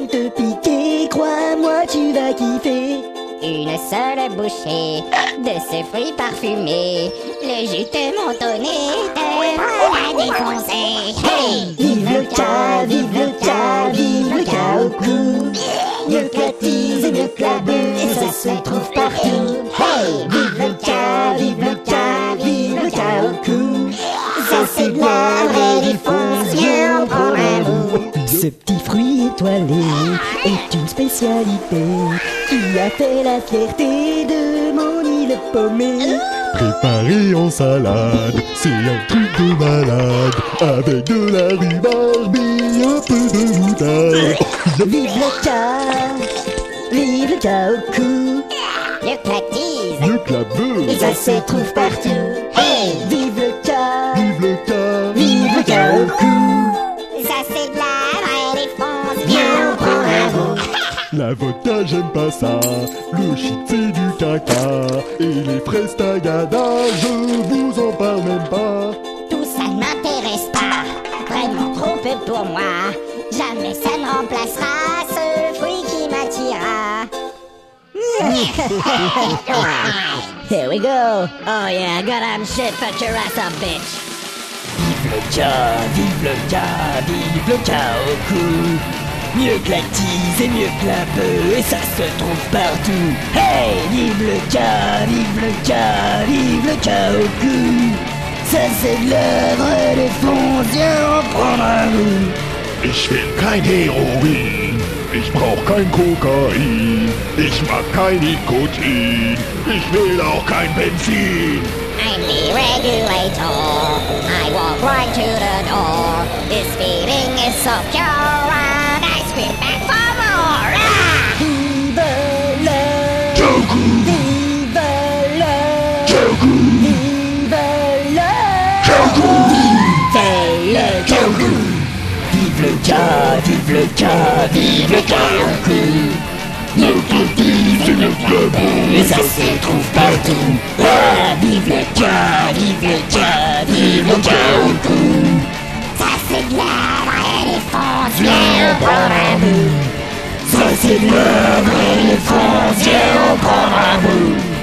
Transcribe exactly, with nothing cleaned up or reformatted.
vont te piquer, crois-moi tu vas kiffer. Une seule bouchée de ce fruit parfumé, le jus te monte au nez, te voilà défoncé. Hey! Vive le cas, vive le cas, vive le cas au cou. Mieux que la tease et mieux que la bulle, et ça se trouve partout. Hey! Vive le cas, vive le cas, vive le cas au cou. Ça c'est de la vraie défonce, viens en prendre un bout. Ce petit fruit étoilé est une spécialité qui a fait la fierté de mon île paumée. Préparé en salade, c'est un truc de malade. Avec de la rhubarbe et un peu de moutarde. Vive le cas, vive le cas au cou. Mieux que la tease, Mieux que la beuh. Et ça se trouve partout. Hey! Vive le cas, Vive le cas. vive le cas au cou. ça c'est de la vraie défonce, Viens en prendre un bout. La vodka j'aime pas ça. Le shit c'est du caca. Et les fraises tagada, je vous en parle même pas. Tout ça ne m'intéresse pas, vraiment trop peu pour moi. Jamais ça ne remplacera ce fruit qui m'attira. Here we go. Oh yeah, goddamn shit, fuck your ass up, bitch. Vive le cas, vive le cas, vive le cas au cou. Mieux que la tease et mieux que la beuh, et ça se trouve partout. Hey! Vive le cas, vive le cas, vive le cas au cou. Ça c'est de la vraie défonce, viens en prendre un bout. Ich will kein Heroin, ich brauch kein Kokain, ich mag kein Nikotin, ich will auch kein Benzin. I'm the regulator, I walk right to the door. This feeling is so pure and I scream back for more. Ah! Vive le, Joku, vive le, Joku, vive le, Joku, vive le Joku. Vive le cas, vive le cas, vive le cas au cou. Mieux que la tease et mieux que la beuh, et ça se trouve partout. Ah, vive le cas, vive le cas, vive le cas au cou. Ça c'est de la vraie défonce, viens en prendre un bout. Ça c'est de la vraie défonce, viens en prendre un bout.